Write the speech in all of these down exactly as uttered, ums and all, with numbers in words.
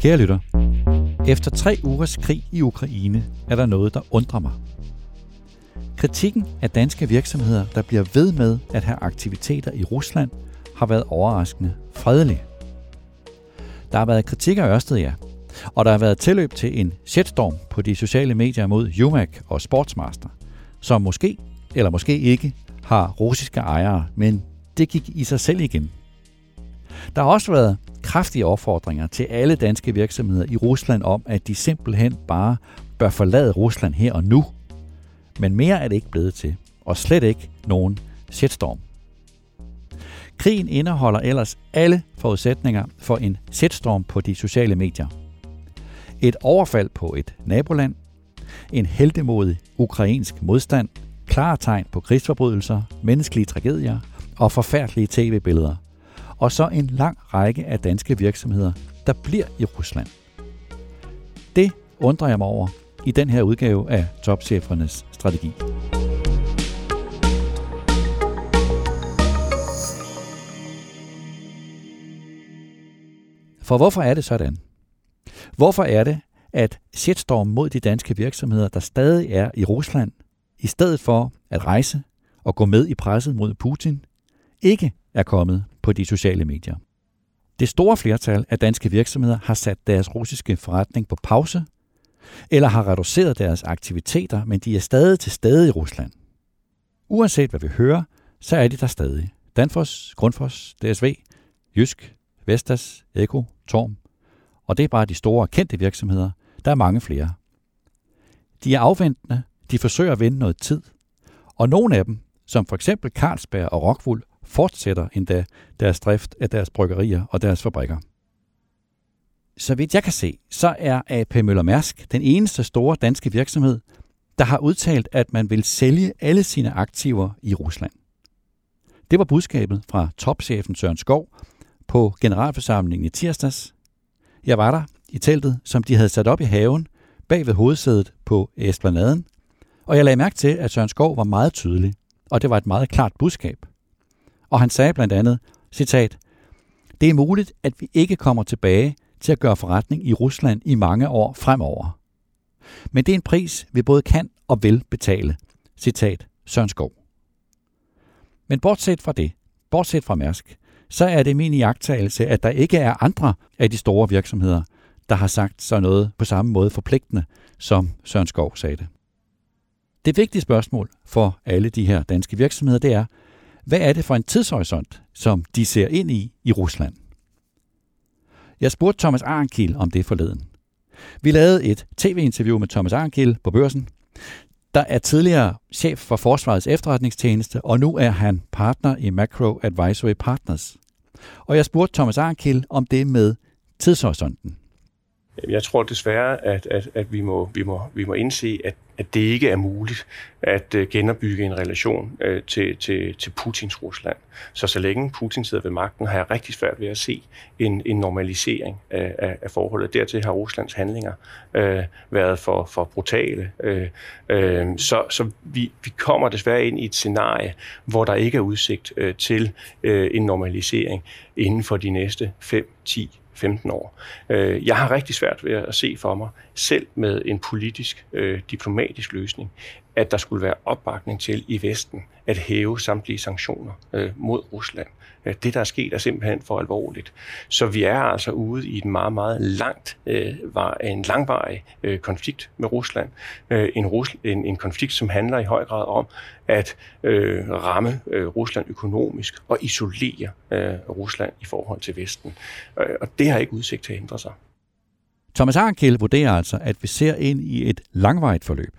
Kære lytter, efter tre ugers krig i Ukraine er der noget, der undrer mig. Kritikken af danske virksomheder, der bliver ved med at have aktiviteter i Rusland, har været overraskende fredelig. Der har været kritik af Ørsted, ja, og der har været tilløb til en shitstorm på de sociale medier mod U M A C og Sportsmaster, som måske, eller måske ikke, har russiske ejere, men det gik i sig selv igen. Der har også været kraftige opfordringer til alle danske virksomheder i Rusland om, at de simpelthen bare bør forlade Rusland her og nu. Men mere er det ikke blevet til, og slet ikke nogen shitstorm. Krigen indeholder ellers alle forudsætninger for en shitstorm på de sociale medier. Et overfald på et naboland, en heltemodig ukrainsk modstand, klare tegn på krigsforbrydelser, menneskelige tragedier og forfærdelige tv-billeder. Og så en lang række af danske virksomheder, der bliver i Rusland. Det undrer jeg mig over i den her udgave af Topchefernes Strategi. For hvorfor er det sådan? Hvorfor er det, at shitstorm mod de danske virksomheder, der stadig er i Rusland, i stedet for at rejse og gå med i presset mod Putin, ikke er kommet på de sociale medier? Det store flertal af danske virksomheder har sat deres russiske forretning på pause, eller har reduceret deres aktiviteter, men de er stadig til stede i Rusland. Uanset hvad vi hører, så er de der stadig. Danfoss, Grundfos, D S V, Jysk, Vestas, Eko, Torm. Og det er bare de store kendte virksomheder. Der er mange flere. De er afventende, de forsøger at vinde noget tid. Og nogle af dem, som for eksempel Carlsberg og Rockwool, fortsætter endda deres drift af deres bryggerier og deres fabrikker. Så vidt jeg kan se, så er A P Møller Mærsk den eneste store danske virksomhed, der har udtalt, at man vil sælge alle sine aktiver i Rusland. Det var budskabet fra topchefen Søren Skov på generalforsamlingen i tirsdags. Jeg var der i teltet, som de havde sat op i haven bag ved hovedsædet på Esplanaden, og jeg lagde mærke til, at Søren Skov var meget tydelig, og det var et meget klart budskab. Og han sagde blandt andet, citat, "Det er muligt, at vi ikke kommer tilbage til at gøre forretning i Rusland i mange år fremover. Men det er en pris, vi både kan og vil betale." Citat Søren Skov. Men bortset fra det, bortset fra Mærsk, så er det min iagttagelse, at der ikke er andre af de store virksomheder, der har sagt så noget på samme måde forpligtende, som Søren Skov sagde det. Det vigtige spørgsmål for alle de her danske virksomheder, det er, hvad er det for en tidshorisont, som de ser ind i i Rusland? Jeg spurgte Thomas Arenkiel om det forleden. Vi lavede et tv-interview med Thomas Arenkiel på Børsen, der er tidligere chef for Forsvarets efterretningstjeneste, og nu er han partner i Macro Advisory Partners. Og jeg spurgte Thomas Arenkiel om det med tidshorisonten. Jeg tror desværre, at, at, at vi, må, vi, må, vi må indse, at, at det ikke er muligt at uh, genopbygge en relation uh, til, til, til Putins Rusland. Så så længe Putin sidder ved magten, har jeg rigtig svært ved at se en, en normalisering af, af, af forholdet. Dertil har Ruslands handlinger uh, været for, for brutale. Uh, uh, så så vi, vi kommer desværre ind i et scenarie, hvor der ikke er udsigt uh, til uh, en normalisering inden for de næste fem til ti femten år. Jeg har rigtig svært ved at se for mig, selv med en politisk, øh, diplomatisk løsning, at der skulle være opbakning til i Vesten at hæve samtlige sanktioner øh, mod Rusland. Det, der er sket, er simpelthen for alvorligt. Så vi er altså ude i en meget, meget langt, øh, var en langvarig øh, konflikt med Rusland. Øh, en, Rus- en, en konflikt, som handler i høj grad om at øh, ramme øh, Rusland økonomisk og isolere øh, Rusland i forhold til Vesten. Øh, og det har ikke udsigt til at ændre sig. Thomas Arenkiel vurderer altså, at vi ser ind i et langvarigt forløb.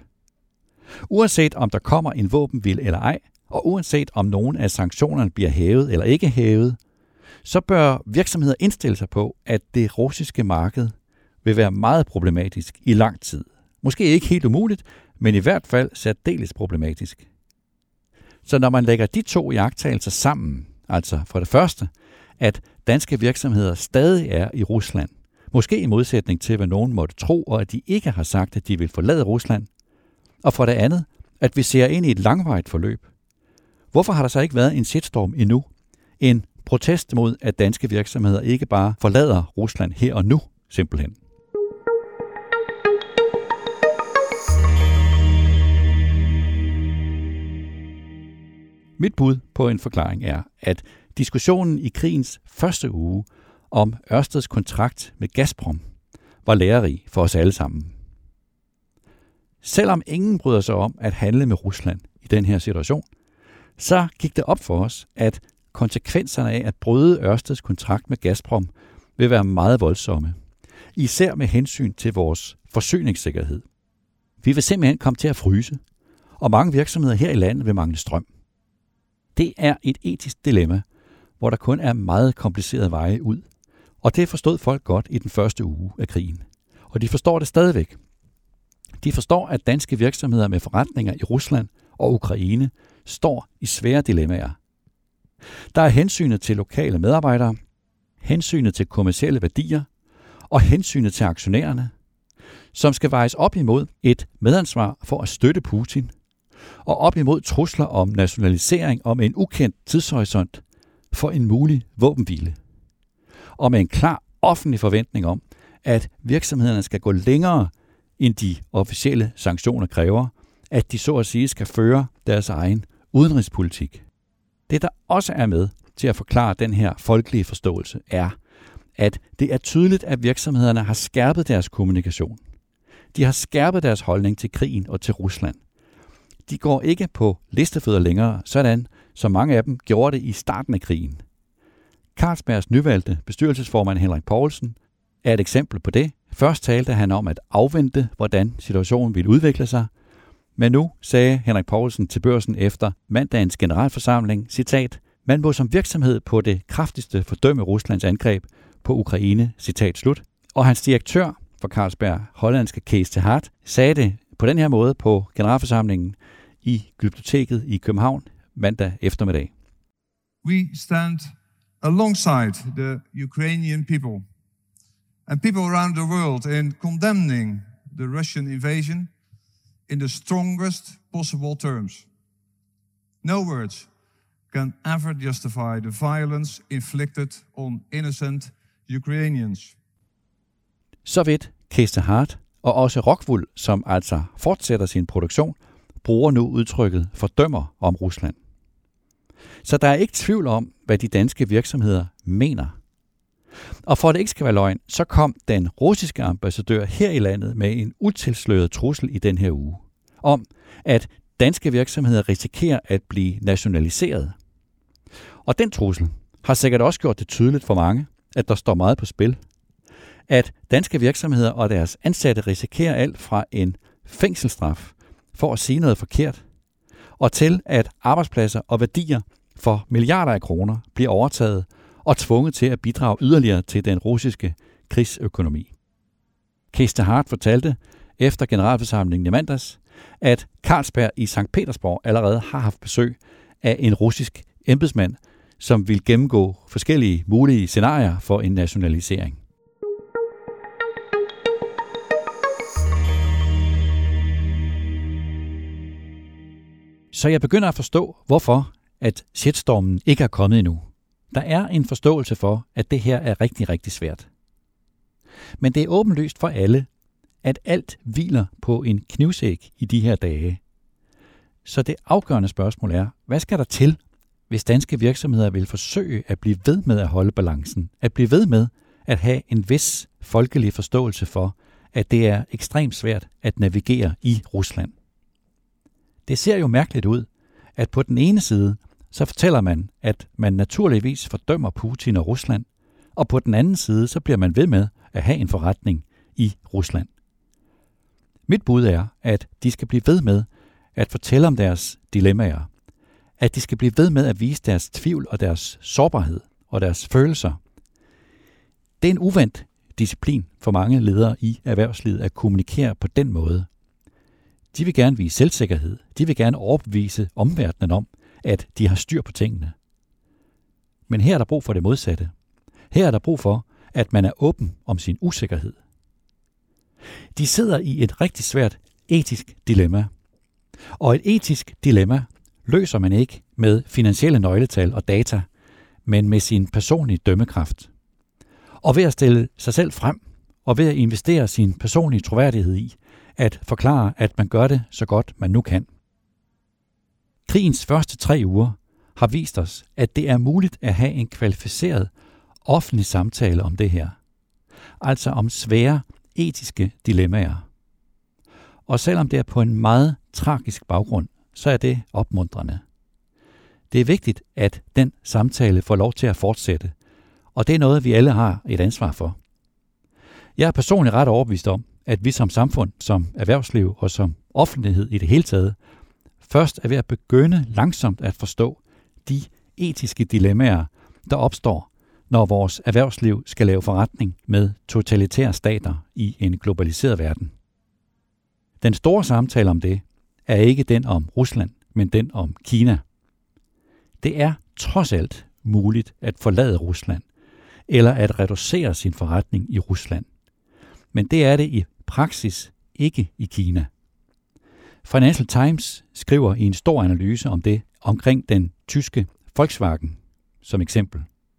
Uanset om der kommer en våbenhvile eller ej, og uanset om nogen af sanktionerne bliver hævet eller ikke hævet, så bør virksomheder indstille sig på, at det russiske marked vil være meget problematisk i lang tid. Måske ikke helt umuligt, men i hvert fald særdeles problematisk. Så når man lægger de to iagttagelser sammen, altså for det første, at danske virksomheder stadig er i Rusland, måske i modsætning til, hvad nogen måtte tro, og at de ikke har sagt, at de vil forlade Rusland, og for det andet, at vi ser ind i et langvarigt forløb. Hvorfor har der så ikke været en shitstorm endnu? En protest mod, at danske virksomheder ikke bare forlader Rusland her og nu, simpelthen. Mit bud på en forklaring er, at diskussionen i krigens første uge om Ørsteds kontrakt med Gazprom var lærerig for os alle sammen. Selvom ingen bryder sig om at handle med Rusland i den her situation, så gik det op for os, at konsekvenserne af at bryde Ørsteds kontrakt med Gazprom vil være meget voldsomme, især med hensyn til vores forsyningssikkerhed. Vi vil simpelthen komme til at fryse, og mange virksomheder her i landet vil mangle strøm. Det er et etisk dilemma, hvor der kun er meget komplicerede veje ud, og det forstod folk godt i den første uge af krigen. Og de forstår det stadigvæk. De forstår, at danske virksomheder med forretninger i Rusland og Ukraine står i svære dilemmaer. Der er hensynet til lokale medarbejdere, hensynet til kommercielle værdier og hensynet til aktionærerne, som skal vejes op imod et medansvar for at støtte Putin, og op imod trusler om nationalisering om en ukendt tidshorisont for en mulig våbenhvile. Og med en klar offentlig forventning om, at virksomhederne skal gå længere, end de officielle sanktioner kræver, at de så at sige skal føre deres egen udenrigspolitik. Det, der også er med til at forklare den her folkelige forståelse, er, at det er tydeligt, at virksomhederne har skærpet deres kommunikation. De har skærpet deres holdning til krigen og til Rusland. De går ikke på listefødder længere, sådan som mange af dem gjorde det i starten af krigen. Carlsbergs nyvalgte bestyrelsesformand Henrik Poulsen er et eksempel på det. Først talte han om at afvente, hvordan situationen ville udvikle sig, men nu sagde Henrik Poulsen til Børsen efter mandagens generalforsamling, citat, man må som virksomhed på det kraftigste fordømme Ruslands angreb på Ukraine, citat slut. Og hans direktør for Carlsberg, hollandske Cees de Hart, sagde det på den her måde på generalforsamlingen i Glyptoteket i København mandag eftermiddag. We stand alongside the Ukrainian people and people around the world in condemning the Russian invasion in the strongest possible terms. No words can ever justify the violence inflicted on innocent Ukrainians. Så vidt Cees de Hart, og også Rockwool, som altså fortsætter sin produktion, bruger nu udtrykket fordømmer om Rusland. Så der er ikke tvivl om, hvad de danske virksomheder mener. Og for at det ikke skal være løgn, så kom den russiske ambassadør her i landet med en utilsløret trussel i den her uge, om at danske virksomheder risikerer at blive nationaliseret. Og den trussel har sikkert også gjort det tydeligt for mange, at der står meget på spil. At danske virksomheder og deres ansatte risikerer alt fra en fængselsstraf for at sige noget forkert, og til at arbejdspladser og værdier for milliarder af kroner bliver overtaget og tvunget til at bidrage yderligere til den russiske krigsøkonomi. Cees de Hart fortalte efter generalforsamlingen i mandags, at Carlsberg i Sankt Petersborg allerede har haft besøg af en russisk embedsmand, som vil gennemgå forskellige mulige scenarier for en nationalisering. Så jeg begynder at forstå, hvorfor at shitstormen ikke er kommet endnu. Der er en forståelse for, at det her er rigtig, rigtig svært. Men det er åbenlyst for alle, at alt hviler på en knivsæg i de her dage. Så det afgørende spørgsmål er, hvad skal der til, hvis danske virksomheder vil forsøge at blive ved med at holde balancen, at blive ved med at have en vis folkelig forståelse for, at det er ekstremt svært at navigere i Rusland. Det ser jo mærkeligt ud, at på den ene side, så fortæller man, at man naturligvis fordømmer Putin og Rusland, og på den anden side, så bliver man ved med at have en forretning i Rusland. Mit bud er, at de skal blive ved med at fortælle om deres dilemmaer, at de skal blive ved med at vise deres tvivl og deres sårbarhed og deres følelser. Det er en uvendt disciplin for mange ledere i erhvervslivet at kommunikere på den måde. De vil gerne vise selvsikkerhed. De vil gerne overbevise omverdenen om, at de har styr på tingene. Men her er der brug for det modsatte. Her er der brug for, at man er åben om sin usikkerhed. De sidder i et rigtig svært etisk dilemma. Og et etisk dilemma løser man ikke med finansielle nøgletal og data, men med sin personlige dømmekraft. Og ved at stille sig selv frem og ved at investere sin personlige troværdighed i at forklare, at man gør det så godt man nu kan. Krigens første tre uger har vist os, at det er muligt at have en kvalificeret offentlig samtale om det her. Altså om svære etiske dilemmaer. Og selvom det er på en meget tragisk baggrund, så er det opmuntrende. Det er vigtigt, at den samtale får lov til at fortsætte, og det er noget, vi alle har et ansvar for. Jeg er personligt ret overbevist om, at vi som samfund, som erhvervsliv og som offentlighed i det hele taget, først er ved at begynde langsomt at forstå de etiske dilemmaer, der opstår, når vores erhvervsliv skal lave forretning med totalitære stater i en globaliseret verden. Den store samtale om det er ikke den om Rusland, men den om Kina. Det er trods alt muligt at forlade Rusland, eller at reducere sin forretning i Rusland. Men det er det i praksis ikke i Kina. Financial Times skriver i en stor analyse om det omkring den tyske Volkswagen som eksempel.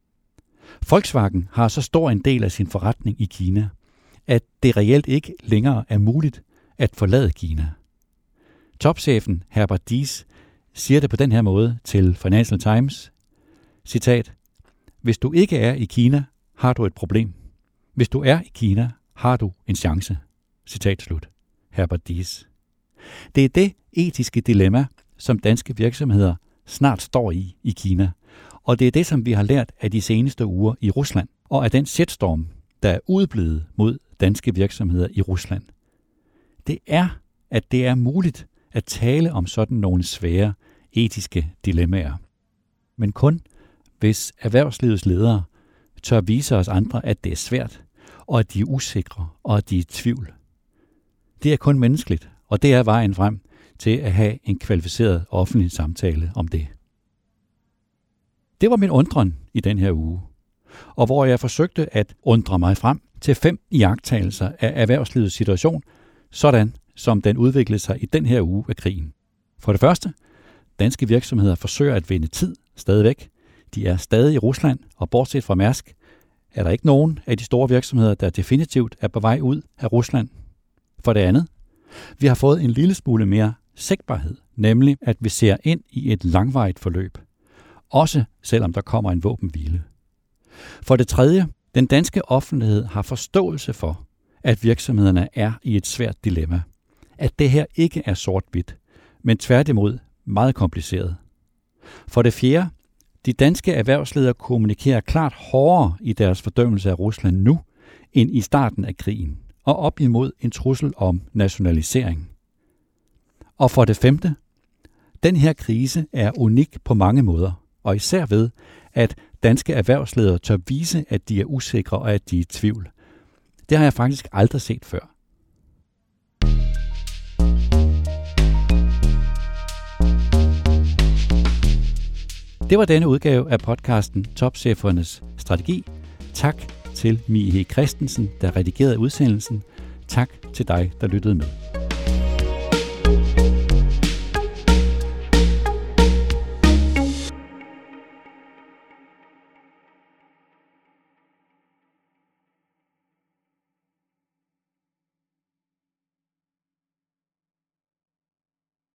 Volkswagen har så stor en del af sin forretning i Kina, at det reelt ikke længere er muligt at forlade Kina. Topchefen Herbert Diess siger det på den her måde til Financial Times. Citat: Hvis du ikke er i Kina, har du et problem. Hvis du er i Kina, har du en chance. Citat slut. Herbert Diess. Det er det etiske dilemma, som danske virksomheder snart står i i Kina. Og det er det, som vi har lært af de seneste uger i Rusland, og af den shitstorm, der er udblevet mod danske virksomheder i Rusland. Det er, at det er muligt at tale om sådan nogle svære etiske dilemmaer. Men kun hvis erhvervslivets ledere tør vise os andre, at det er svært, og at de er usikre, og at de er i tvivl. Det er kun menneskeligt, og det er vejen frem til at have en kvalificeret offentlig samtale om det. Det var min undren i den her uge, og hvor jeg forsøgte at undre mig frem til fem iagttagelser af erhvervslivets situation, sådan som den udviklede sig i den her uge af krigen. For det første, danske virksomheder forsøger at vinde tid stadigvæk. De er stadig i Rusland, og bortset fra Mærsk, er der ikke nogen af de store virksomheder, der definitivt er på vej ud af Rusland. For det andet, vi har fået en lille smule mere sigtbarhed, nemlig at vi ser ind i et langvarigt forløb. Også selvom der kommer en våbenhvile. For det tredje, den danske offentlighed har forståelse for, at virksomhederne er i et svært dilemma. At det her ikke er sort-hvidt, men tværtimod meget kompliceret. For det fjerde, de danske erhvervsledere kommunikerer klart hårdere i deres fordømmelse af Rusland nu, end i starten af krigen, og op imod en trussel om nationalisering. Og for det femte, den her krise er unik på mange måder, og især ved, at danske erhvervsledere tør vise, at de er usikre og at de er i tvivl. Det har jeg faktisk aldrig set før. Det var denne udgave af podcasten Topchefernes Strategi. Tak til Mie Christensen, der redigerede udsendelsen. Tak til dig, der lyttede med.